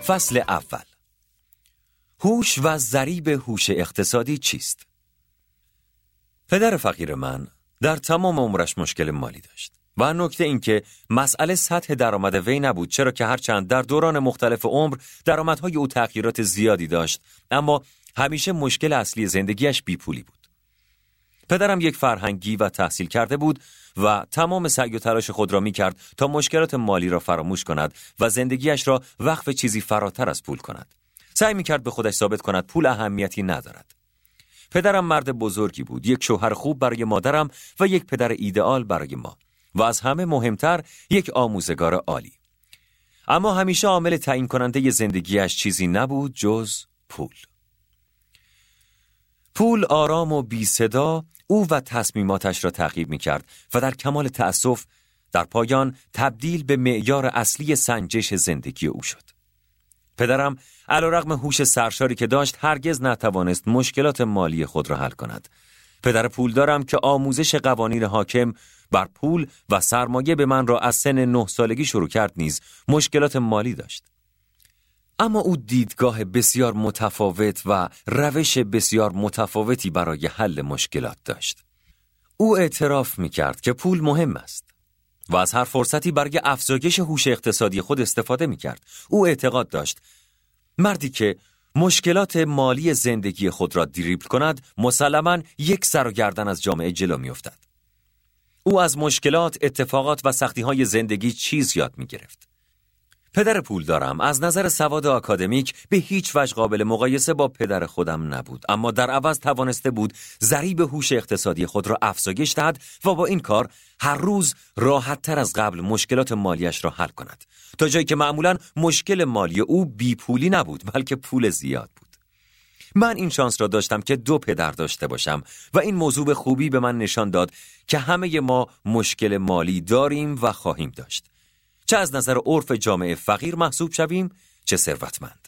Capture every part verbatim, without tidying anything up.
فصل اول. هوش و ضریب هوش اقتصادی چیست؟ پدر فقیر من در تمام عمرش مشکل مالی داشت و نکته این که مسئله سطح درآمد وی نبود، چرا که هرچند در دوران مختلف عمر درآمدهای او تغییرات زیادی داشت، اما همیشه مشکل اصلی زندگیش بیپولی بود. پدرم یک فرهنگی و تحصیل کرده بود و تمام سعی و تلاش خود را می کرد تا مشکلات مالی را فراموش کند و زندگیش را وقف چیزی فراتر از پول کند. سعی می کرد به خودش ثابت کند پول اهمیتی ندارد. پدرم مرد بزرگی بود، یک شوهر خوب برای مادرم و یک پدر ایدئال برای ما و از همه مهمتر یک آموزگار عالی. اما همیشه عامل تعیین کننده زندگیش چیزی نبود جز پول. پول آرام و بی صدا او و تصمیماتش را تعقیب می کرد و در کمال تأسف در پایان تبدیل به معیار اصلی سنجش زندگی او شد. پدرم علیرغم هوش سرشاری که داشت هرگز نتوانست مشکلات مالی خود را حل کند. پدر پولدارم که آموزش قوانین حاکم بر پول و سرمایه به من را از سن نه سالگی شروع کرد نیز مشکلات مالی داشت. اما او دیدگاه بسیار متفاوت و روش بسیار متفاوتی برای حل مشکلات داشت. او اعتراف می‌کرد که پول مهم است و از هر فرصتی برای افزایش هوش اقتصادی خود استفاده می‌کرد. او اعتقاد داشت مردی که مشکلات مالی زندگی خود را دریبل کند مسلماً یک سر و گردن از جامعه جلو می‌افتد. او از مشکلات، اتفاقات و سختی‌های زندگی چیز یاد می‌گرفت. پدر پولدارم از نظر سواد آکادمیک به هیچ وجه قابل مقایسه با پدر خودم نبود، اما در عوض توانسته بود ضریب هوش اقتصادی خود را افزایش دهد و با این کار هر روز راحت تر از قبل مشکلات مالیش را حل کند، تا جایی که معمولاً مشکل مالی او بی پولی نبود بلکه پول زیاد بود. من این شانس را داشتم که دو پدر داشته باشم و این موضوع به خوبی به من نشان داد که همه ما مشکل مالی داریم و خواهیم داشت، چه از نظر عرف جامعه فقیر محسوب شویم چه ثروتمند.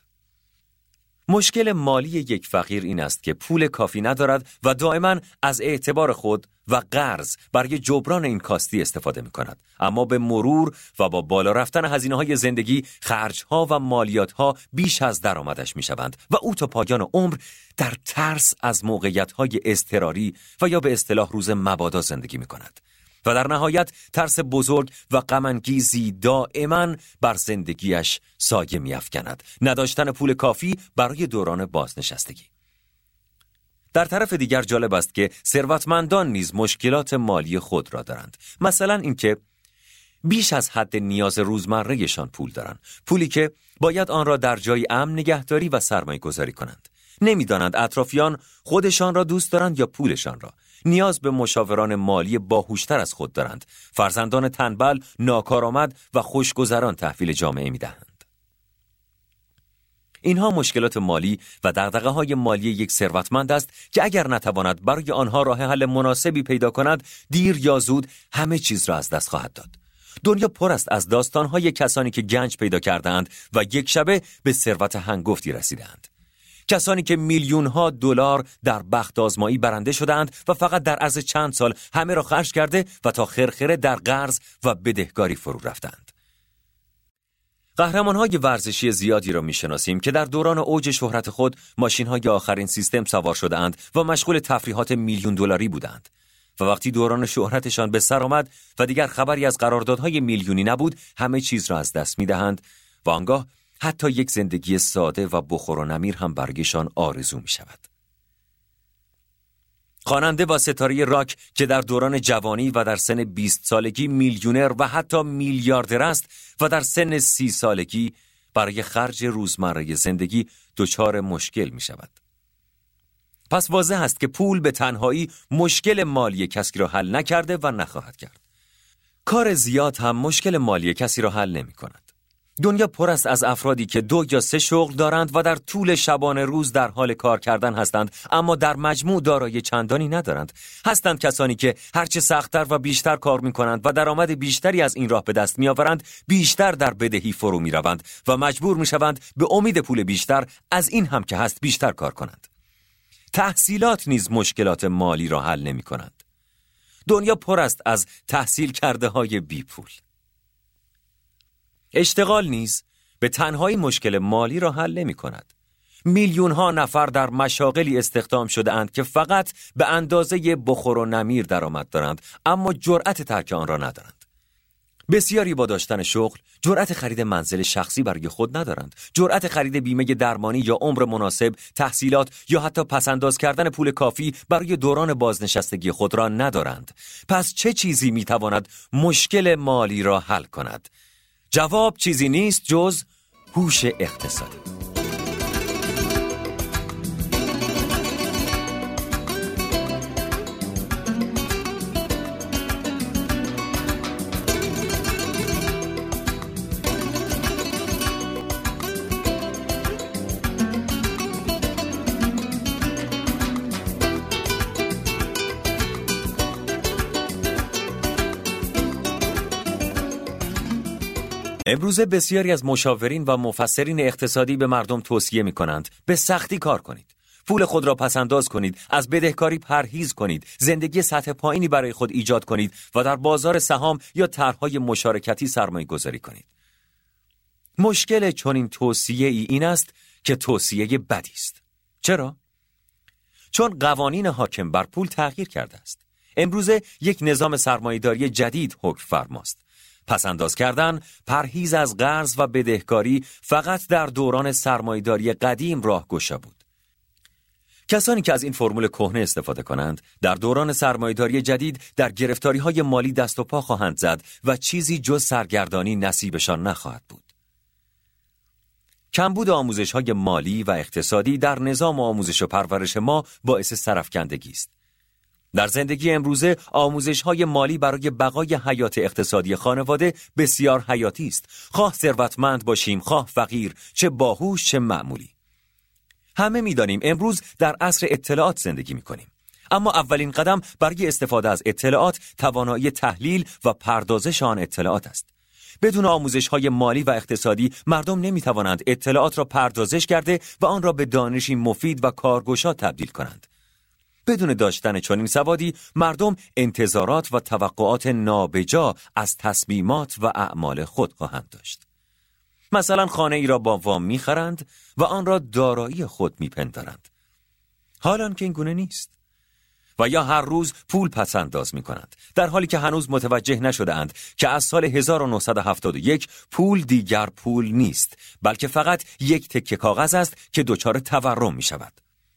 مشکل مالی یک فقیر این است که پول کافی ندارد و دائما از اعتبار خود و قرض برای جبران این کاستی استفاده می کند، اما به مرور و با بالا رفتن هزینه‌های زندگی خرج‌ها و مالیات‌ها بیش از درآمدش می شوند و او تا پایان عمر در ترس از موقعیت‌های اضطراری و یا به اصطلاح روز مبادا زندگی می کند و در نهایت ترس بزرگ و غم‌انگیزی دائما بر زندگیش سایه می‌افکند، نداشتن پول کافی برای دوران بازنشستگی. در طرف دیگر جالب است که ثروتمندان نیز مشکلات مالی خود را دارند. مثلا اینکه بیش از حد نیاز روزمره‌شان پول دارند، پولی که باید آن را در جای امن نگهداری و سرمایه گذاری کنند. نمی‌دانند اطرافیان خودشان را دوست دارند یا پولشان را. نیاز به مشاوران مالی باهوشتر از خود دارند. فرزندان تنبل، ناکارآمد و خوشگذران تحویل جامعه می‌دهند. اینها مشکلات مالی و دغدغه‌های مالی یک ثروتمند است که اگر نتواند برای آنها راه حل مناسبی پیدا کند، دیر یا زود همه چیز را از دست خواهد داد. دنیا پر است از داستان‌های کسانی که گنج پیدا کردند و یک شبه به ثروت هنگفتی رسیدند. کسانی که میلیون‌ها دلار در بخت آزمایی برنده شدند و فقط در عرض چند سال همه را خرج کرده و تا خرخره در قرض و بدهکاری فرو رفتند. قهرمان‌های ورزشی زیادی را می‌شناسیم که در دوران اوج شهرت خود ماشین‌های آخرین سیستم سوار شده‌اند و مشغول تفریحات میلیون دلاری بودند و وقتی دوران شهرتشان به سر آمد و دیگر خبری از قراردادهای میلیونی نبود، همه چیز را از دست می‌دهند و آنگاه حتی یک زندگی ساده و بخور و نمیر هم برایشان آرزو می شود. خواننده و ستاره راک که در دوران جوانی و در سن بیست سالگی میلیونر و حتی میلیاردر است و در سن سی سالگی برای خرج روزمره زندگی دچار مشکل می شود. پس واضح است که پول به تنهایی مشکل مالی کسی را حل نکرده و نخواهد کرد. کار زیاد هم مشکل مالی کسی را حل نمی کند. دنیا پر است از افرادی که دو یا سه شغل دارند و در طول شبانه روز در حال کار کردن هستند، اما در مجموع دارایی چندانی ندارند. هستند کسانی که هرچه سخت‌تر و بیشتر کار می‌کنند و درآمد بیشتری از این راه به دست می‌آورند، بیشتر در بدهی فرو می‌روند و مجبور می‌شوند به امید پول بیشتر از این هم که هست بیشتر کار کنند. تحصیلات نیز مشکلات مالی را حل نمی‌کنند. دنیا پر است از تحصیل کرده های بی پول. اشتغال نیز به تنهایی مشکل مالی را حل نمی کند. میلیون ها نفر در مشاغلی استخدام شده اند که فقط به اندازه بخور و نمیر درآمد دارند، اما جرأت ترک آن را ندارند. بسیاری با داشتن شغل جرأت خرید منزل شخصی برای خود ندارند، جرأت خرید بیمه درمانی یا عمر مناسب، تحصیلات یا حتی پسنداز کردن پول کافی برای دوران بازنشستگی خود را ندارند. پس چه چیزی میتواند مشکل مالی را حل کند؟ جواب چیزی نیست جز هوش اقتصادی. امروزه بسیاری از مشاورین و مفسرین اقتصادی به مردم توصیه می کنند به سختی کار کنید. پول خود را پسنداز کنید، از بدهکاری پرهیز کنید، زندگی سطح پایینی برای خود ایجاد کنید و در بازار سهام یا طرحهای مشارکتی سرمایه گذاری کنید. مشکل چنین توصیه ای این است که توصیه بدی است. چرا؟ چون قوانین حاکم بر پول تغییر کرده است. امروزه یک نظام سرمایه‌داری جدید حکم فرماست. پسنداز کردن، پرهیز از قرض و بدهکاری فقط در دوران سرمایه‌داری قدیم راهگشا بود. کسانی که از این فرمول کهنه استفاده کنند، در دوران سرمایه‌داری جدید در گرفتاری‌های مالی دست و پا خواهند زد و چیزی جز سرگردانی نصیبشان نخواهد بود. کمبود آموزش‌های مالی و اقتصادی در نظام آموزش و پرورش ما باعث سرفکندگی است. در زندگی امروزه آموزش‌های مالی برای بقای حیات اقتصادی خانواده بسیار حیاتی است. خواه ثروتمند باشیم، خواه فقیر، چه باهوش چه معمولی. همه می‌دانیم امروز در عصر اطلاعات زندگی می‌کنیم. اما اولین قدم برای استفاده از اطلاعات توانایی تحلیل و پردازش آن اطلاعات است. بدون آموزش‌های مالی و اقتصادی مردم نمی‌توانند اطلاعات را پردازش کرده و آن را به دانشی مفید و کارگشا تبدیل کنند. بدون داشتن چنین سوادی مردم انتظارات و توقعات نابجا از تصمیمات و اعمال خود خواهند داشت. مثلا خانه ای را با وام می‌خرند و آن را دارایی خود می‌پندارند. حالان که این گونه نیست. و یا هر روز پول پسنداز می‌کنند، در حالی که هنوز متوجه نشده‌اند که از سال هزار و نهصد و هفتاد و یک پول دیگر پول نیست، بلکه فقط یک تکه کاغذ است که دچار تورم می‌شود.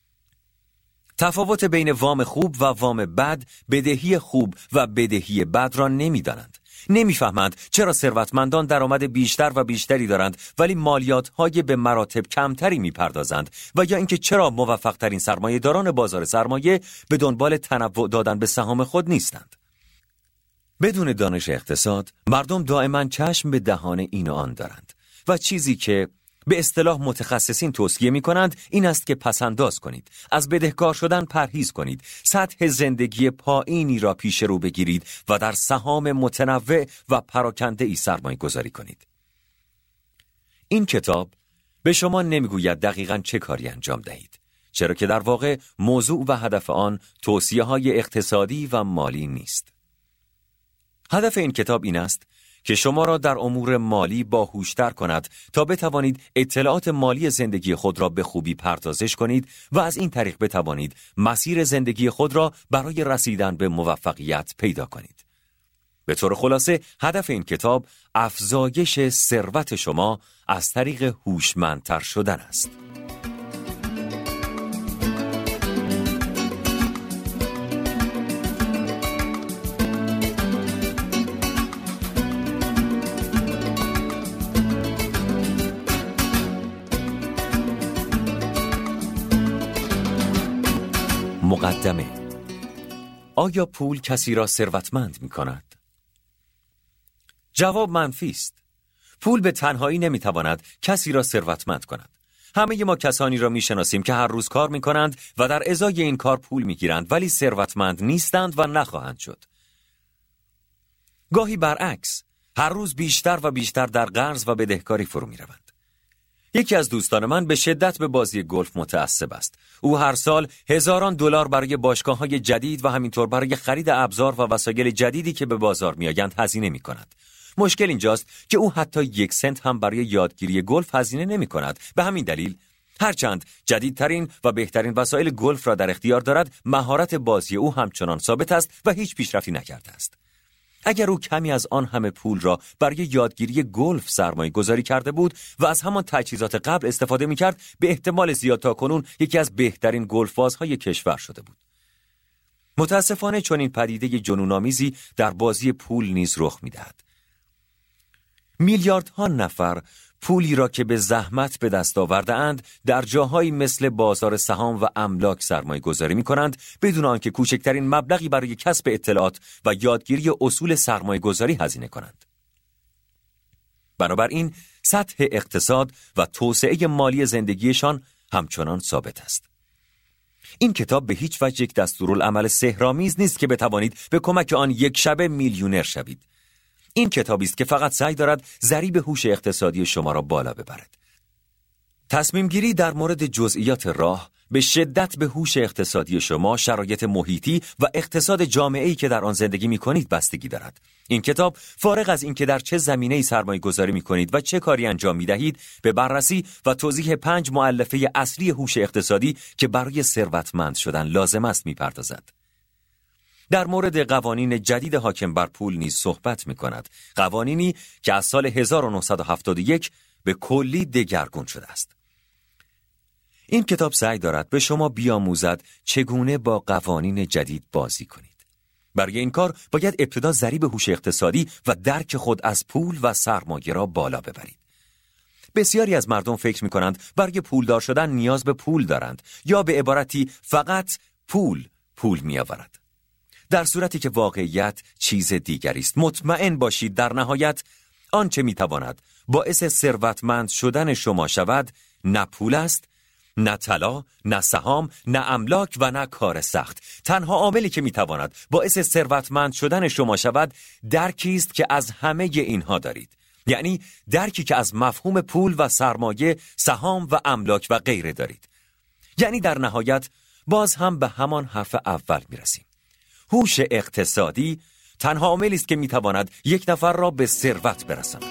تفاوت بین وام خوب و وام بد، بدهی خوب و بدهی بد را نمی‌دانند. نمی‌فهمند چرا ثروتمندان درآمد بیشتر و بیشتری دارند ولی مالیات‌های به مراتب کمتری می‌پردازند، و یا اینکه چرا موفق‌ترین سرمایه‌داران بازار سرمایه به دنبال تنوع دادن به سهام خود نیستند. بدون دانش اقتصاد، مردم دائما چشم به دهان این و آن دارند و چیزی که به اصطلاح متخصصین توصیه می کنند این است که پسنداز کنید، از بدهکار شدن پرهیز کنید، سطح زندگی پایینی را پیش رو بگیرید و در سهام متنوع و پراکنده ای سرمایه گذاری کنید. این کتاب به شما نمیگوید دقیقاً چه کاری انجام دهید، چرا که در واقع موضوع و هدف آن توصیه های اقتصادی و مالی نیست. هدف این کتاب این است که شما را در امور مالی باهوشتر کند تا بتوانید اطلاعات مالی زندگی خود را به خوبی پردازش کنید و از این طریق بتوانید مسیر زندگی خود را برای رسیدن به موفقیت پیدا کنید. به طور خلاصه هدف این کتاب افزایش ثروت شما از طریق هوشمندتر شدن است. مقدمه: آیا پول کسی را ثروتمند می کند؟ جواب منفی است. پول به تنهایی نمی تواند کسی را ثروتمند کند. همه ما کسانی را می شناسیم که هر روز کار می کنند و در ازای این کار پول می گیرند ولی ثروتمند نیستند و نخواهند شد. گاهی برعکس، هر روز بیشتر و بیشتر در قرض و بدهکاری فرو می روند. یکی از دوستان من به شدت به بازی گلف متعصب است. او هر سال هزاران دلار برای باشگاه‌های جدید و همینطور برای خرید ابزار و وسایل جدیدی که به بازار می‌آیند هزینه می‌کند. مشکل اینجاست که او حتی یک سنت هم برای یادگیری گلف هزینه نمی کند. به همین دلیل هرچند جدیدترین و بهترین وسایل گلف را در اختیار دارد، مهارت بازی او همچنان ثابت است و هیچ پیشرفتی نکرده است. اگر او کمی از آن همه پول را برای یادگیری گلف سرمایه گذاری کرده بود و از همان تجهیزات قبل استفاده می کرد، به احتمال زیاد تا کنون یکی از بهترین گلف بازهای کشور شده بود. متاسفانه چون این پدیده جنون‌آمیزی در بازی پول نیز رخ می دهد. میلیاردها نفر پولی را که به زحمت به دست آورده اند در جاهایی مثل بازار سهام و املاک سرمایه گذاری می کنند بدون آنکه کوچکترین مبلغی برای کسب اطلاعات و یادگیری اصول سرمایه گذاری هزینه کنند. بنابراین سطح اقتصاد و توسعه مالی زندگیشان همچنان ثابت است. این کتاب به هیچ وجه یک دستورالعمل سحرآمیز نیست که بتوانید به کمک آن یک شبه میلیونر شوید. این کتابی است که فقط سعی دارد ضریب هوش اقتصادی شما را بالا ببرد. تصمیم گیری در مورد جزئیات راه به شدت به هوش اقتصادی شما، شرایط محیطی و اقتصاد جامعه‌ای که در آن زندگی می‌کنید بستگی دارد. این کتاب فارغ از اینکه در چه زمینه‌ای سرمایه‌گذاری می‌کنید و چه کاری انجام می‌دهید، به بررسی و توضیح پنج مؤلفه اصلی هوش اقتصادی که برای ثروتمند شدن لازم است می‌پردازد. در مورد قوانین جدید حاکم بر پول نیز صحبت می‌کند، قوانینی که از سال هزار و نهصد و هفتاد و یک به کلی دگرگون شده است. این کتاب سعی دارد به شما بیاموزد چگونه با قوانین جدید بازی کنید. برای این کار باید ابتدا ضریب هوش اقتصادی و درک خود از پول و سرمایه را بالا ببرید. بسیاری از مردم فکر می‌کنند برای پولدار شدن نیاز به پول دارند، یا به عبارتی فقط پول پول می‌آورد. در صورتی که واقعیت چیز دیگری است. مطمئن باشید در نهایت آنچه می‌تواند باعث ثروتمند شدن شما شود نه پول است، نه طلا، نه سهام، نه املاک و نه کار سخت. تنها عاملی که میتواند باعث ثروتمند شدن شما شود درکی است که از همه اینها دارید. یعنی درکی که از مفهوم پول و سرمایه، سهام و املاک و غیره دارید. یعنی در نهایت باز هم به همان حرف اول میرسیم. هوش اقتصادی تنها عاملی است که میتواند یک نفر را به ثروت برساند.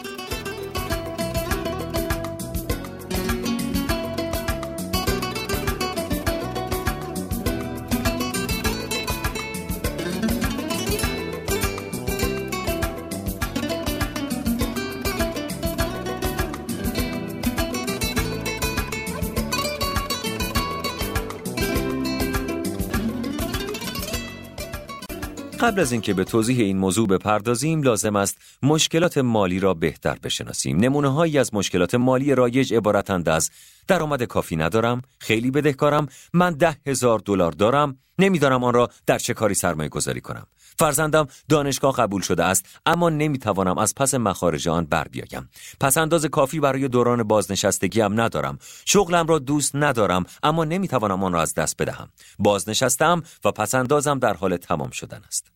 قبل از اینکه به توضیح این موضوع بپردازیم، لازم است مشکلات مالی را بهتر بشناسیم. نمونه‌هایی از مشکلات مالی رایج عبارتند از درآمد کافی ندارم، خیلی بدهکارم، من ده هزار دلار دارم، نمیدانم آن را در چه کاری سرمایه گذاری کنم. فرزندم دانشگاه قبول شده است اما نمیتوانم از پس مخارج آن بر بیایم. پس انداز کافی برای دوران بازنشستگی هم ندارم. شغلم را دوست ندارم اما نمیتوانم آن را از دست بدهم. بازنشستم و پس اندازم در حال تمام شدن است.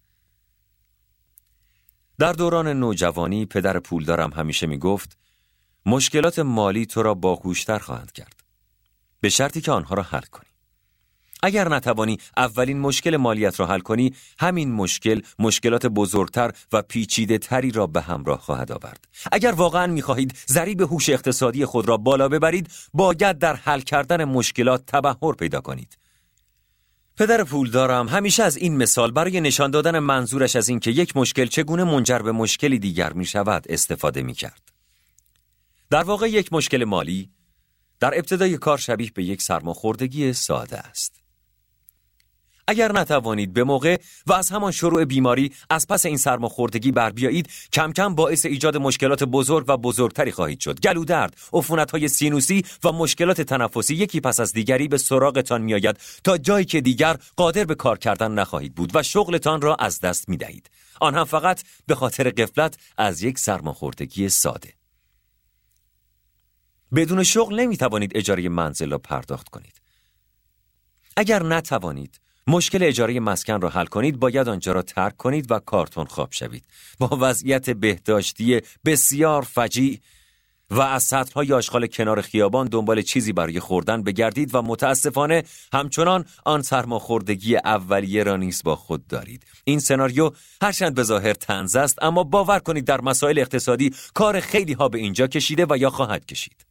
در دوران نوجوانی پدر پولدارم همیشه میگفت مشکلات مالی تو را باهوشتر خواهند کرد، به شرطی که آنها را حل کنی. اگر نتوانی اولین مشکل مالیت را حل کنی، همین مشکل مشکلات بزرگتر و پیچیده تری را به همراه خواهد آورد. اگر واقعا می‌خواهید ضریب هوش اقتصادی خود را بالا ببرید، باید در حل کردن مشکلات تبحر پیدا کنید. پدر پولدارم همیشه از این مثال برای نشان دادن منظورش از این که یک مشکل چگونه منجر به مشکلی دیگر می شود استفاده می کرد. در واقع یک مشکل مالی در ابتدای کار شبیه به یک سرماخوردگی ساده است. اگر نتوانید به موقع و از همان شروع بیماری از پس این سرماخوردگی بر بیایید، کم کم باعث ایجاد مشکلات بزرگ و بزرگتری خواهید شد. گلودرد، عفونت‌های سینوسی و مشکلات تنفسی یکی پس از دیگری به سراغتان میآید تا جایی که دیگر قادر به کار کردن نخواهید بود و شغلتان را از دست می‌دهید. آن هم فقط به خاطر غفلت از یک سرماخوردگی ساده. بدون شغل نمی‌توانید اجاره منزل را پرداخت کنید. اگر نتوانید مشکل اجاره مسکن را حل کنید، باید آنجا را ترک کنید و کارتون خواب شوید. با وضعیت بهداشتی بسیار فجیع و از سطل‌های آشغال کنار خیابان دنبال چیزی برای خوردن بگردید و متاسفانه همچنان آن سرماخوردگی اولیه را نیز با خود دارید. این سناریو هرچند به ظاهر طنز است، اما باور کنید در مسائل اقتصادی کار خیلی ها به اینجا کشیده و یا خواهد کشید.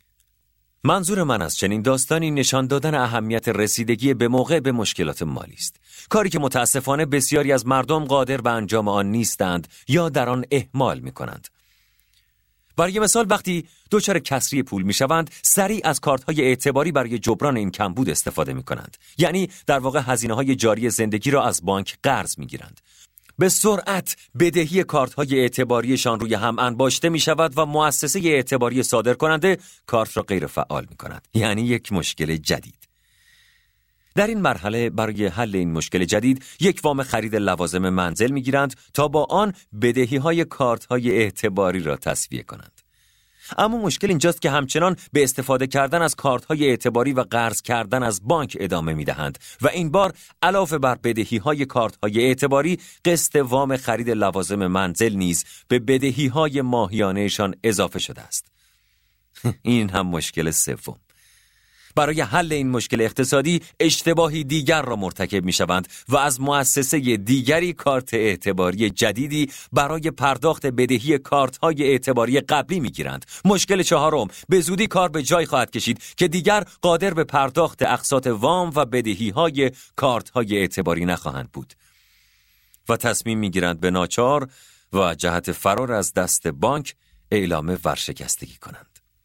منظور من از چنین داستانی نشان دادن اهمیت رسیدگی به موقع به مشکلات مالی است، کاری که متاسفانه بسیاری از مردم قادر به انجام آن نیستند یا در آن اهمال می‌کنند. برای مثال وقتی دچار کسری پول میشوند، سریع از کارت‌های اعتباری برای جبران این کمبود استفاده می‌کنند. یعنی در واقع هزینه‌های جاری زندگی را از بانک قرض می‌گیرند. به سرعت بدهی کارت‌های اعتباریشان روی هم انباشته می‌شود و مؤسسه اعتباری صادرکننده کارت را غیر فعال می‌کند. یعنی یک مشکل جدید. در این مرحله برای حل این مشکل جدید یک وام خرید لوازم منزل می‌گیرند تا با آن بدهی‌های کارت‌های اعتباری را تسویه کنند. اما مشکل اینجاست که همچنان به استفاده کردن از کارت‌های اعتباری و قرض کردن از بانک ادامه می‌دهند و این بار علاوه بر بدهی‌های کارت‌های اعتباری، قسط وام خرید لوازم منزل نیز به بدهی‌های ماهیانه‌شان اضافه شده است. این هم مشکل سوم. برای حل این مشکل اقتصادی اشتباهی دیگر را مرتکب می‌شوند و از مؤسسه دیگری کارت اعتباری جدیدی برای پرداخت بدهی کارت‌های اعتباری قبلی می‌گیرند. مشکل چهارم، به زودی کار به جای خواهد کشید که دیگر قادر به پرداخت اقساط وام و بدهی‌های کارت‌های اعتباری نخواهند بود و تصمیم می‌گیرند به ناچار و جهت فرار از دست بانک اعلام ورشکستگی کنند.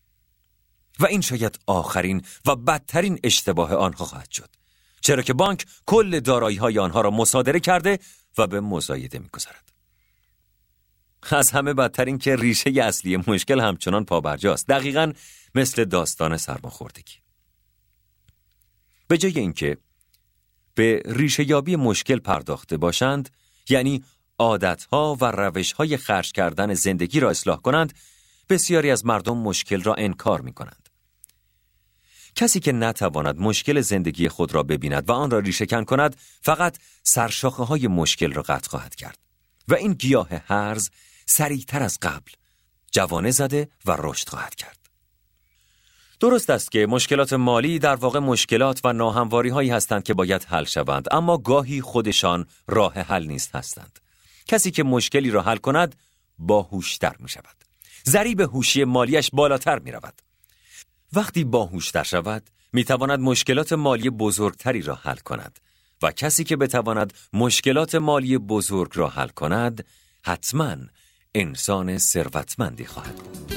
و این شاید آخرین و بدترین اشتباه آنها خواهد شد، چرا که بانک کل دارایی‌های آنها را مصادره کرده و به مزایده می‌گذارد. از همه بدتر این که ریشه اصلی مشکل همچنان پابرجاست، دقیقاً مثل داستان سرماخوردگی. به جای اینکه به ریشه یابی مشکل پرداخته باشند، یعنی عادت‌ها و روش‌های خرج کردن زندگی را اصلاح کنند، بسیاری از مردم مشکل را انکار می‌کنند. کسی که نتواند مشکل زندگی خود را ببیند و آن را ریشه‌کن کند، فقط سرشاخه‌های مشکل را قطع خواهد کرد و این گیاه هرز سریعتر از قبل جوانه زده و رشد خواهد کرد. درست است که مشکلات مالی در واقع مشکلات و ناهمواری‌هایی هستند که باید حل شوند، اما گاهی خودشان راه حل نیست هستند. کسی که مشکلی را حل کند، باهوش‌تر می‌شود. ضریب هوشی مالیش بالاتر می‌رود. وقتی باهوش‌تر شود، می‌تواند مشکلات مالی بزرگتری را حل کند و کسی که بتواند مشکلات مالی بزرگ را حل کند، حتماً انسان ثروتمندی خواهد بود.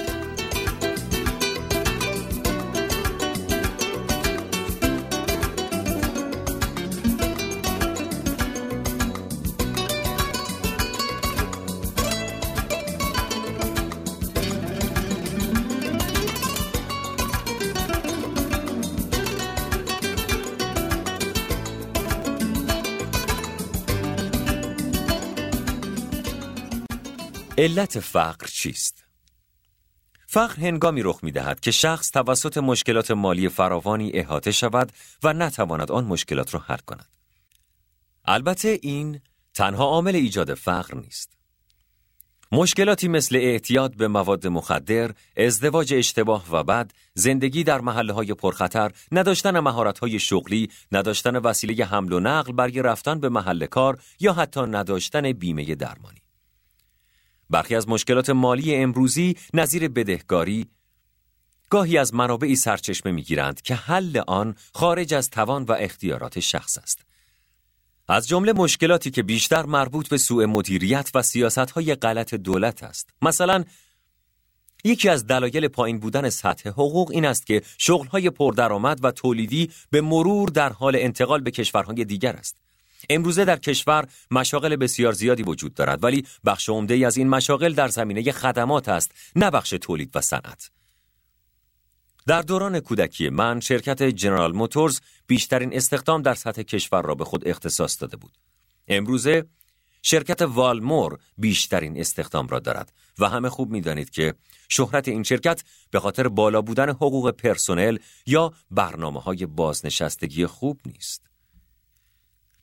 علت فقر چیست؟ فقر هنگامی رخ می‌دهد که شخص توسط مشکلات مالی فراوانی احاطه شود و نتواند آن مشکلات را حل کند. البته این تنها عامل ایجاد فقر نیست. مشکلاتی مثل اعتیاد به مواد مخدر، ازدواج اشتباه و بد، زندگی در محله‌های پرخطر، نداشتن مهارت‌های شغلی، نداشتن وسیله حمل و نقل برای رفتن به محل کار یا حتی نداشتن بیمه درمانی. برخی از مشکلات مالی امروزی نظیر بدهکاری گاهی از منابعی سرچشمه می‌گیرند که حل آن خارج از توان و اختیارات شخص است. از جمله مشکلاتی که بیشتر مربوط به سوء مدیریت و سیاست‌های غلط دولت است. مثلا یکی از دلایل پایین بودن سطح حقوق این است که شغل‌های پردرآمد و تولیدی به مرور در حال انتقال به کشورهای دیگر است. امروزه در کشور مشاغل بسیار زیادی وجود دارد، ولی بخش عمده‌ای از این مشاغل در زمینه خدمات است، نه بخش تولید و صنعت. در دوران کودکی من شرکت جنرال موتورز بیشترین استخدام در سطح کشور را به خود اختصاص داده بود. امروزه شرکت والمور بیشترین استخدام را دارد و همه خوب می‌دانید که شهرت این شرکت به خاطر بالا بودن حقوق پرسنل یا برنامه‌های بازنشستگی خوب نیست.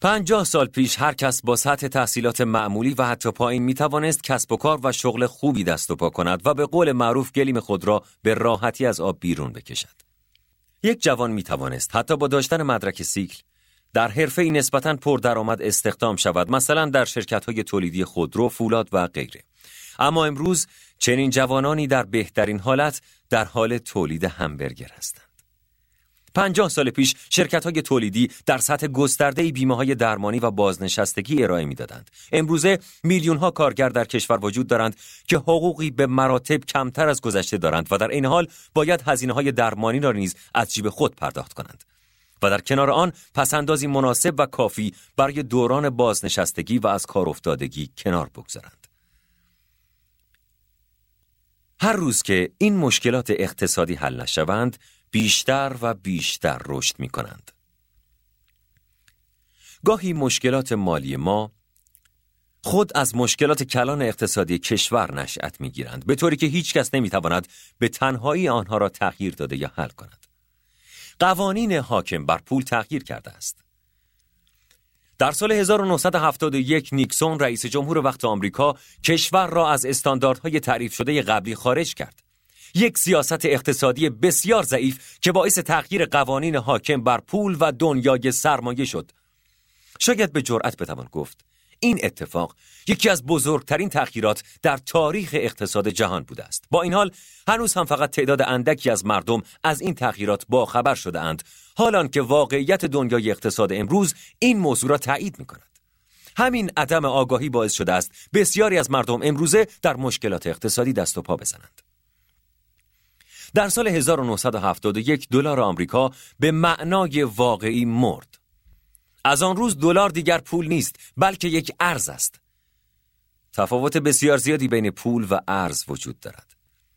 پنجاه سال پیش هر کس با سطح تحصیلات معمولی و حتی پایین می توانست کسب و کار و شغل خوبی دست و پا کند و به قول معروف گلیم خود را به راحتی از آب بیرون بکشد. یک جوان می توانست حتی با داشتن مدرک سیکل در حرفه‌ای نسبتاً پردرآمد استخدام شود، مثلا در شرکت‌های تولیدی خودرو، فولاد و غیره. اما امروز چنین جوانانی در بهترین حالت در حال تولید همبرگر هستند. پنجاه سال پیش شرکت‌های تولیدی در سطح گسترده‌ای بیمه‌های درمانی و بازنشستگی ارائه می‌دادند. امروزه میلیون‌ها کارگر در کشور وجود دارند که حقوقی به مراتب کمتر از گذشته دارند و در این حال باید هزینه‌های درمانی را نیز از جیب خود پرداخت کنند. و در کنار آن پسندازی مناسب و کافی برای دوران بازنشستگی و از کار افتادگی کنار بگذارند. هر روز که این مشکلات اقتصادی حل نشوند، بیشتر و بیشتر رشد می کنند. گاهی مشکلات مالی ما خود از مشکلات کلان اقتصادی کشور نشأت می گیرند، به طوری که هیچ کس نمی تواند به تنهایی آنها را تغییر داده یا حل کند. قوانین حاکم بر پول تغییر کرده است. در سال هزار و نهصد و هفتاد و یک نیکسون رئیس جمهور وقت آمریکا کشور را از استانداردهای تعریف شده قبلی خارج کرد. یک سیاست اقتصادی بسیار ضعیف که باعث تغییر قوانین حاکم بر پول و دنیای سرمایه شد. شاید به جرأت بتوان گفت این اتفاق یکی از بزرگترین تغییرات در تاریخ اقتصاد جهان بوده است. با این حال هنوز هم فقط تعداد اندکی از مردم از این تغییرات باخبر شده اند، حالان که واقعیت دنیای اقتصاد امروز این موضوع را تایید می کند. همین عدم آگاهی باعث شده است بسیاری از مردم امروزه در مشکلات اقتصادی دست و پا بزنند. در سال هزار و نهصد و هفتاد و یک دلار آمریکا به معنای واقعی مرد. از آن روز دلار دیگر پول نیست، بلکه یک ارز است. تفاوت بسیار زیادی بین پول و ارز وجود دارد.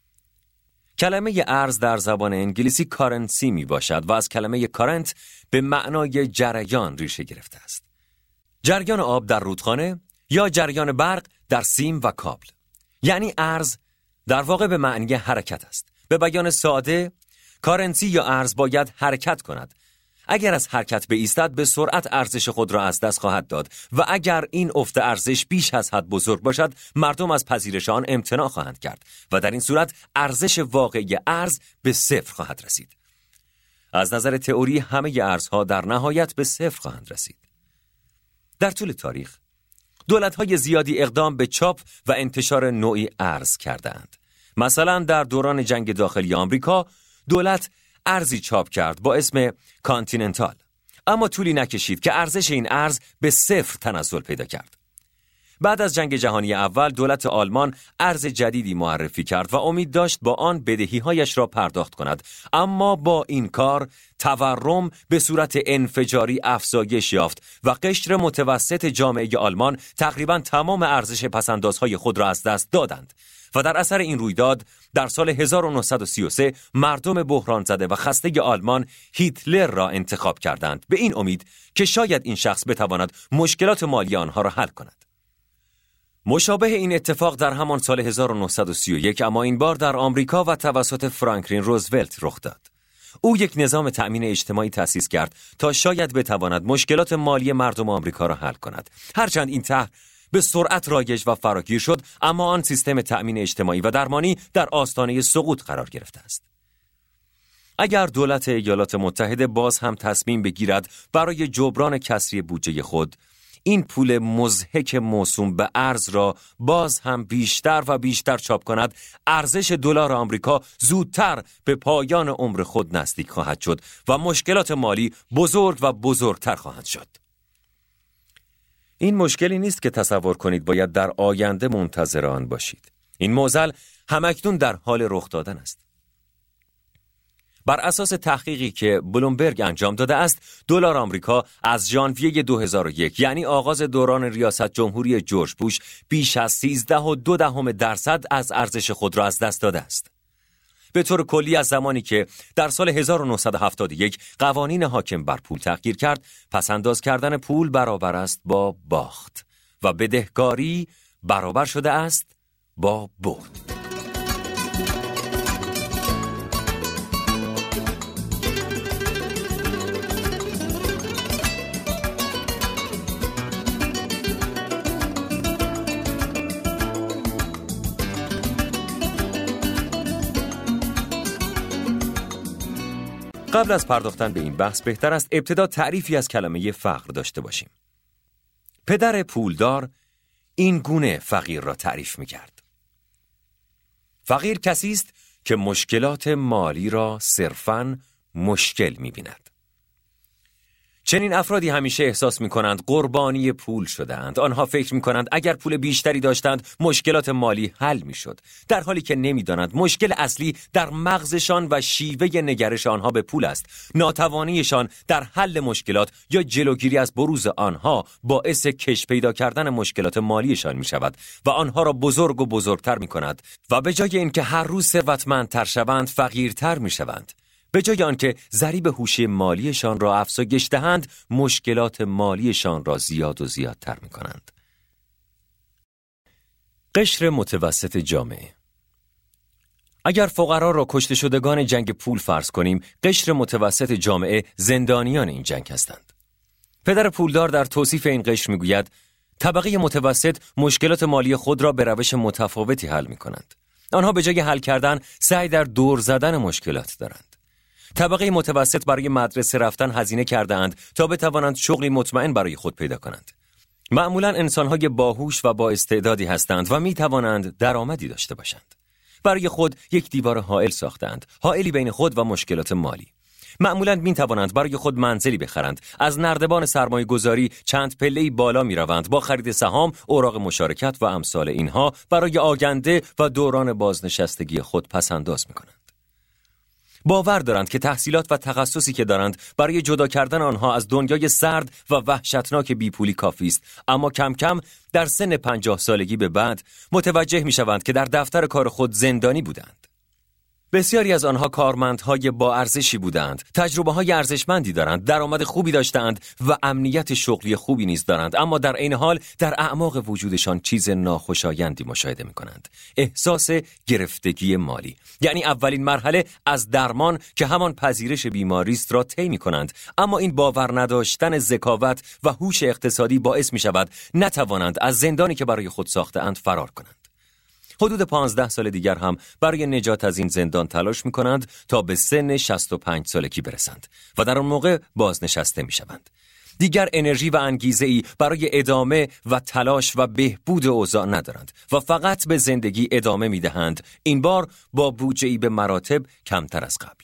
کلمه ارز در زبان انگلیسی کارنسی می باشد و از کلمه کارنت به معنای جریان ریشه گرفته است. جریان آب در رودخانه یا جریان برق در سیم و کابل. یعنی ارز در واقع به معنی حرکت است. به بیان ساده، کارنسی یا ارز باید حرکت کند. اگر از حرکت بایستد به سرعت ارزش خود را از دست خواهد داد و اگر این افت ارزش بیش از حد بزرگ باشد، مردم از پذیرش آن امتناع خواهند کرد و در این صورت ارزش واقعی ارز به صفر خواهد رسید. از نظر تئوری همه ارزها در نهایت به صفر خواهند رسید. در طول تاریخ دولت‌های زیادی اقدام به چاپ و انتشار نوعی ارز کردند. مثلا در دوران جنگ داخلی آمریکا دولت ارزی چاپ کرد با اسم کانتیننتال، اما طولی نکشید که ارزش این ارز به صفر تنزل پیدا کرد. بعد از جنگ جهانی اول دولت آلمان ارز جدیدی معرفی کرد و امید داشت با آن بدهی‌هایش را پرداخت کند، اما با این کار تورم به صورت انفجاری افزایش یافت و قشر متوسط جامعه آلمان تقریباً تمام ارزش پسندازهای خود را از دست دادند و در اثر این رویداد در سال هزار و نهصد و سی و سه مردم بحران زده و خسته آلمان هیتلر را انتخاب کردند، به این امید که شاید این شخص بتواند مشکلات مالی آنها را حل کند. مشابه این اتفاق در همان سال هزار و نهصد و سی و یک اما این بار در آمریکا و توسط فرانکلین روزولت رخ داد. او یک نظام تأمین اجتماعی تأسیس کرد تا شاید بتواند مشکلات مالی مردم آمریکا را حل کند. هرچند این طرح به سرعت رایج و فراگیر شد، اما آن سیستم تأمین اجتماعی و درمانی در آستانه سقوط قرار گرفته است. اگر دولت ایالات متحده باز هم تصمیم بگیرد برای جبران کسری بودجه خود این پول مضحک موسوم به ارز را باز هم بیشتر و بیشتر چاپ کند، ارزش دلار آمریکا زودتر به پایان عمر خود نزدیک خواهد شد و مشکلات مالی بزرگ و بزرگتر خواهد شد. این مشکلی نیست که تصور کنید باید در آینده منتظر آن باشید. این معضل همکنون در حال رخ دادن است. بر اساس تحقیقی که بلومبرگ انجام داده است، دلار آمریکا از ژانویه دو هزار و یک یعنی آغاز دوران ریاست جمهوری جورج بوش بیش از سیزده و دو دهم درصد از ارزش خود را از دست داده است. به طور کلی از زمانی که در سال هزار و نهصد و هفتاد و یک قوانین حاکم بر پول تغییر کرد، پسنداز کردن پول برابر است با باخت و بدهکاری برابر شده است با برد. قبل از پرداختن به این بحث بهتر است ابتدا تعریفی از کلمه فقر داشته باشیم. پدر پولدار این گونه فقیر را تعریف می‌کرد: فقیر کسی است که مشکلات مالی را صرفاً مشکل می‌بیند. چنین افرادی همیشه احساس می‌کنند قربانی پول شده‌اند. آنها فکر می‌کنند اگر پول بیشتری داشتند مشکلات مالی حل می‌شد، در حالی که نمی‌دانند مشکل اصلی در مغزشان و شیوه نگرش آنها به پول است. ناتوانیشان در حل مشکلات یا جلوگیری از بروز آنها باعث کش پیدا کردن مشکلات مالیشان می‌شود و آنها را بزرگ و بزرگتر می‌کند و به جای اینکه هر روز ثروتمندتر شوند فقیرتر می‌شوند. به جای آنکه ضریب هوش مالیشان را افزایش دهند، مشکلات مالیشان را زیاد و زیادتر می‌کنند. قشر متوسط جامعه. اگر فقرا را کشته شدگان جنگ پول فرض کنیم، قشر متوسط جامعه زندانیان این جنگ هستند. پدر پولدار در توصیف این قشر می‌گوید: طبقه متوسط مشکلات مالی خود را به روش متفاوتی حل می‌کنند. آنها به جای حل کردن سعی در دور زدن مشکلات دارند. طبقه متوسط برای مدرسه رفتن هزینه کرده‌اند تا بتوانند شغلی مطمئن برای خود پیدا کنند. معمولاً انسان‌های باهوش و با استعدادی هستند و می‌توانند درآمدی داشته باشند. برای خود یک دیوار حائل ساختند، حائلی بین خود و مشکلات مالی. معمولاً می‌توانند برای خود منزلی بخرند، از نردبان سرمایه‌گذاری چند پله‌ای بالا می‌روند، با خرید سهام، اوراق مشارکت و امثال اینها برای آینده و دوران بازنشستگی خود پس‌انداز می‌کنند. باور دارند که تحصیلات و تخصصی که دارند برای جدا کردن آنها از دنیای سرد و وحشتناک بیپولی کافی است، اما کم کم در سن پنجاه سالگی به بعد متوجه می شوند که در دفتر کار خود زندانی بودند. بسیاری از آنها کارمندهای با ارزشی بودند، تجربه‌های ارزشمندی دارند، درآمد خوبی داشتند و امنیت شغلی خوبی نیز دارند، اما در عین حال در اعماق وجودشان چیز ناخوشایندی مشاهده می‌کنند: احساس گرفتگی مالی. یعنی اولین مرحله از درمان که همان پذیرش بیماری است را طی می‌کنند، اما این باور نداشتن ذکاوت و هوش اقتصادی باعث می‌شود نتوانند از زندانی که برای خود ساخته‌اند فرار کنند. حدود پانزده سال دیگر هم برای نجات از این زندان تلاش می کنند تا به سن شصت و پنج سالگی برسند و در آن موقع بازنشسته می شوند. دیگر انرژی و انگیزه‌ای برای ادامه و تلاش و بهبود اوضاع ندارند و فقط به زندگی ادامه می دهند، این بار با بودجه‌ای به مراتب کمتر از قبل.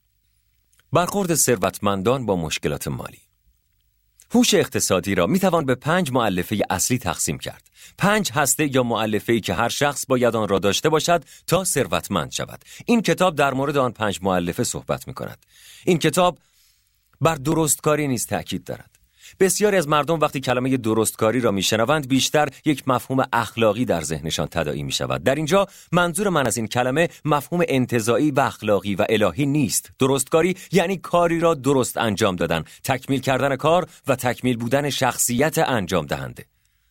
برخورد ثروتمندان با مشکلات مالی. هوش اقتصادی را می توان به پنج مؤلفه اصلی تقسیم کرد. پنج هسته یا مؤلفه‌ای که هر شخص باید آن را داشته باشد تا ثروتمند شود. این کتاب در مورد آن پنج مؤلفه صحبت می کند. این کتاب بر درستکاری نیز تأکید دارد. بسیاری از مردم وقتی کلمه درستکاری را میشنوند بیشتر یک مفهوم اخلاقی در ذهنشان تداعی می شود. در اینجا منظور من از این کلمه مفهوم انتزاعی و اخلاقی و الهی نیست. درستکاری یعنی کاری را درست انجام دادن، تکمیل کردن کار و تکمیل بودن شخصیت انجام دهنده.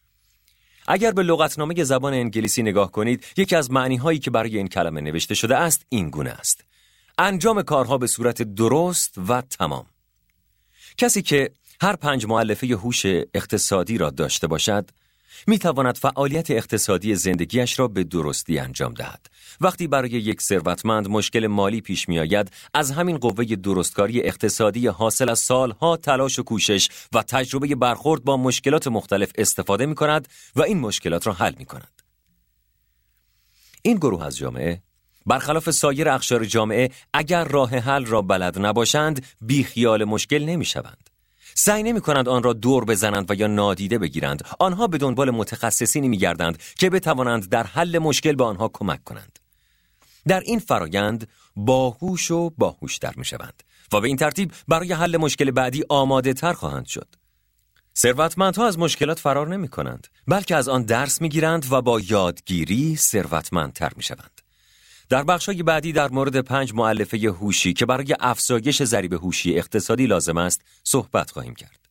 اگر به لغتنامه زبان انگلیسی نگاه کنید، یکی از معنی‌هایی که برای این کلمه نوشته شده است این گونه است: انجام کارها به صورت درست و تمام. کسی که هر پنج مؤلفه هوش اقتصادی را داشته باشد، می تواند فعالیت اقتصادی زندگیش را به درستی انجام دهد. وقتی برای یک ثروتمند مشکل مالی پیش می آید، از همین قوه درستکاری اقتصادی حاصل از سالها تلاش و کوشش و تجربه برخورد با مشکلات مختلف استفاده می کند و این مشکلات را حل می کند. این گروه از جامعه برخلاف سایر اقشار جامعه اگر راه حل را بلد نباشند، بی خیال مشکل نمی شوند. سعی نمی کنند آن را دور بزنند و یا نادیده بگیرند. آنها به دنبال متخصصینی می گردند که بتوانند در حل مشکل به آنها کمک کنند. در این فرایند باهوش و باهوشتر می شوند و به این ترتیب برای حل مشکل بعدی آماده تر خواهند شد. ثروتمندها از مشکلات فرار نمی کنند، بلکه از آن درس می گیرند و با یادگیری ثروتمندتر می شوند. در بخش‌های بعدی در مورد پنج مؤلفه هوشی که برای افزایش ضریب هوشی اقتصادی لازم است صحبت خواهیم کرد.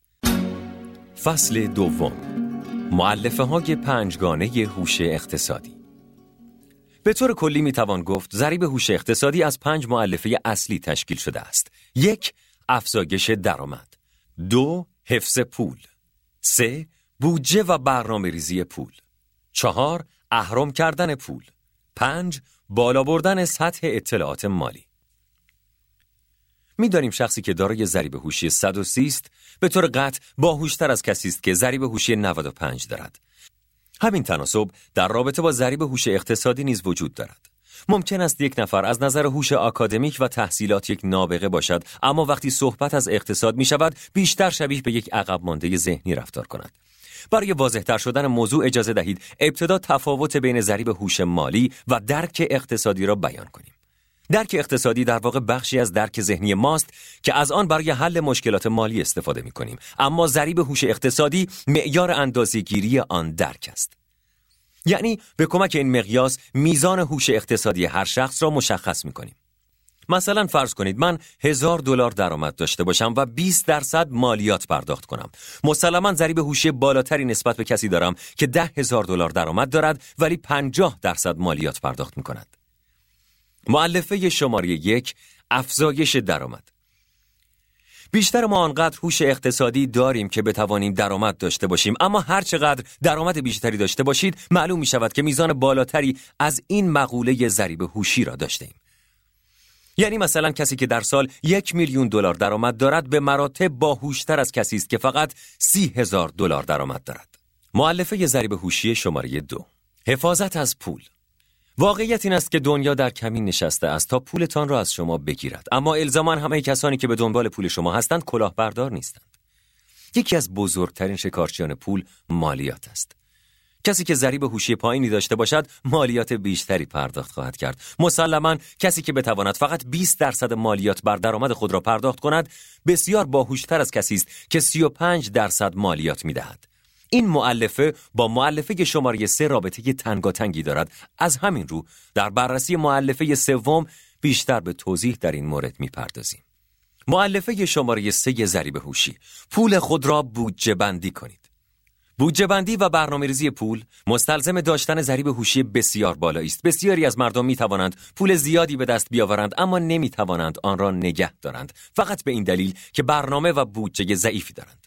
فصل دوم، مؤلفه‌های پنجگانه هوش اقتصادی. به طور کلی میتوان گفت ضریب هوش اقتصادی از پنج مؤلفه اصلی تشکیل شده است. یک، افزایش درآمد. دو، حفظ پول. سه، بودجه و برنامه‌ریزی پول. چهار، اهرم کردن پول. پنج، بالا بردن سطح اطلاعات مالی. می‌دانیم شخصی که دارای ضریب هوشی صد و سی است به طور قطع باهوش‌تر از کسی است که ضریب هوشی نود و پنج دارد. همین تناسب در رابطه با ضریب هوش اقتصادی نیز وجود دارد. ممکن است یک نفر از نظر هوش آکادمیک و تحصیلات یک نابغه باشد، اما وقتی صحبت از اقتصاد می شود بیشتر شبیه به یک عقب مانده ذهنی رفتار کند. برای واضح‌تر شدن موضوع اجازه دهید ابتدا تفاوت بین ضریب هوش مالی و درک اقتصادی را بیان کنیم. درک اقتصادی در واقع بخشی از درک ذهنی ماست که از آن برای حل مشکلات مالی استفاده می کنیم، اما ضریب هوش اقتصادی معیار اندازه‌گیری آن درک است. یعنی به کمک این مقیاس میزان هوش اقتصادی هر شخص را مشخص می کنیم. مثلا فرض کنید من هزار دلار درآمد داشته باشم و بیست درصد مالیات پرداخت کنم. مسلماً ضریب هوشی بالاتری نسبت به کسی دارم که ده هزار دلار درآمد دارد ولی پنجاه درصد مالیات پرداخت می کند. مؤلفه شماره یک، افزایش درآمد. بیشتر ما آنقدر هوش اقتصادی داریم که بتوانیم درآمد داشته باشیم، اما هر چقدر درآمد بیشتری داشته باشید معلوم می شود که میزان بالاتری از این مقوله ضریب هوشی را داشته ایم. یعنی مثلا کسی که در سال یک میلیون دلار درآمد دارد به مراتب باهوشتر از کسی است که فقط سی هزار دلار درآمد دارد. مؤلفه ضریب هوشی شماره دو، حفاظت از پول. واقعیت این است که دنیا در کمین نشسته است تا پولتان را از شما بگیرد، اما الزاما همه کسانی که به دنبال پول شما هستند کلاهبردار نیستند. یکی از بزرگترین شکارچیان پول مالیات است. کسی که ضریب هوشی پایینی داشته باشد مالیات بیشتری پرداخت خواهد کرد. مسلماً کسی که بتواند فقط بیست درصد مالیات بر درآمد خود را پرداخت کند بسیار باهوشتر از کسی است که سی و پنج درصد مالیات می‌دهد. این مؤلفه با مؤلفه شماره سه رابطه تنگاتنگی دارد. از همین رو در بررسی مؤلفه سوم بیشتر به توضیح در این مورد می‌پردازیم. مؤلفه شماره سه ضریب هوشی، پول خود را بودجه بندی کنید. بودجه بندی و برنامه‌ریزی پول مستلزم داشتن ضریب هوشی بسیار بالایی است. بسیاری از مردم می‌توانند پول زیادی به دست بیاورند اما نمی‌توانند آن را نگه دارند، فقط به این دلیل که برنامه و بودجه ضعیفی دارند.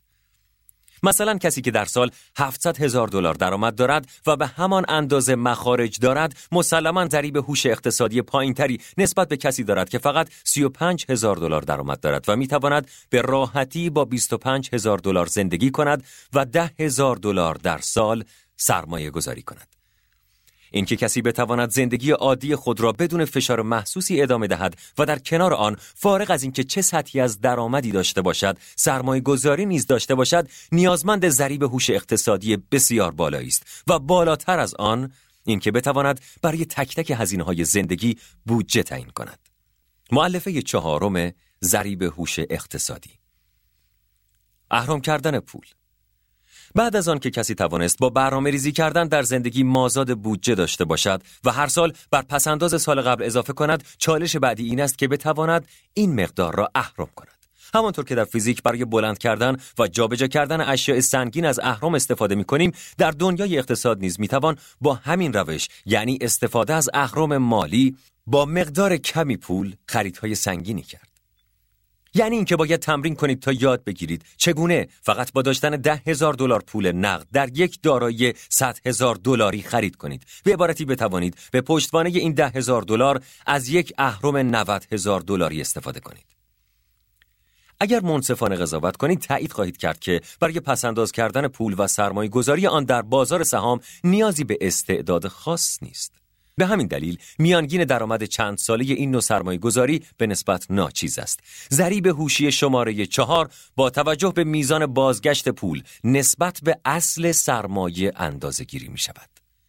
مثلا کسی که در سال هفتصد هزار دلار درآمد دارد و به همان اندازه مخارج دارد مسلماً ضریب هوش اقتصادی پایینتری نسبت به کسی دارد که فقط سی و پنج هزار دلار درآمد دارد و میتواند به راحتی با بیست و پنج هزار دلار زندگی کند و ده هزار دلار در سال سرمایه گذاری کند. اینکه کسی بتواند زندگی عادی خود را بدون فشار محسوسی ادامه دهد و در کنار آن فارغ از اینکه چه سطحی از درآمدی داشته باشد سرمایه گذاری نیز داشته باشد نیازمند ضریب هوش اقتصادی بسیار بالایی است و بالاتر از آن اینکه بتواند برای تک تک هزینه‌های زندگی بودجه تعیین کند. مؤلفه چهارم ضریب هوش اقتصادی، اهرم کردن پول. بعد از آن که کسی توانست با برنامه ریزی کردن در زندگی مازاد بودجه داشته باشد و هر سال بر پسنداز سال قبل اضافه کند، چالش بعدی این است که بتواند این مقدار را اهرم کند. همانطور که در فیزیک برای بلند کردن و جابجا کردن اشیاء سنگین از اهرم استفاده می‌کنیم، در دنیای اقتصاد نیز می‌توان با همین روش، یعنی استفاده از اهرم مالی، با مقدار کمی پول خریدهای سنگینی کرد. یعنی اینکه باید تمرین کنید تا یاد بگیرید چگونه فقط با داشتن ده هزار دلار پول نقد در یک دارایی صد هزار دلاری خرید کنید. به عبارتی بتوانید به پشتوانه این ده هزار دلار از یک اهرم نود هزار دلاری استفاده کنید. اگر منصفانه قضاوت کنید تایید خواهید کرد که برای پسنداز کردن پول و سرمایه گذاری آن در بازار سهام نیازی به استعداد خاص نیست. به همین دلیل میانگین درآمد چند ساله این نوع سرمایه گذاری به نسبت ناچیز است. ضریب هوشی شماره چهار با توجه به میزان بازگشت پول نسبت به اصل سرمایه اندازه گیری می شود.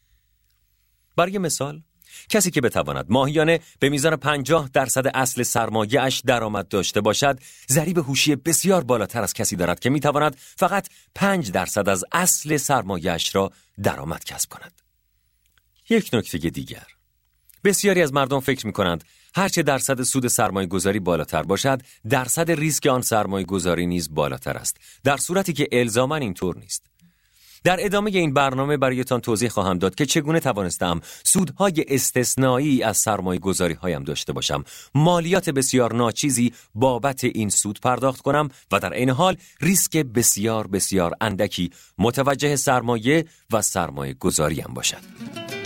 برای مثال، کسی که بتواند ماهیانه به میزان پنجاه درصد اصل سرمایه اش درآمد داشته باشد، ضریب هوشی بسیار بالاتر از کسی دارد که میتواند فقط پنج درصد از اصل سرمایه اش را درآمد کسب کند. یک نکته دیگر، بسیاری از مردم فکر می‌کنند هرچه درصد سود سرمایه گذاری بالاتر باشد، درصد ریسک آن سرمایه گذاری نیز بالاتر است، در صورتی که الزاماً اینطور نیست. در ادامه این برنامه برایتان توضیح خواهم داد که چگونه توانستم سودهای استثنایی از سرمایه گذاری هایم داشته باشم، مالیات بسیار ناچیزی بابت این سود پرداخت کنم و در این حال ریسک بسیار بسیار اندکی متوجه سرمایه و سرمایه گذاریم باشد.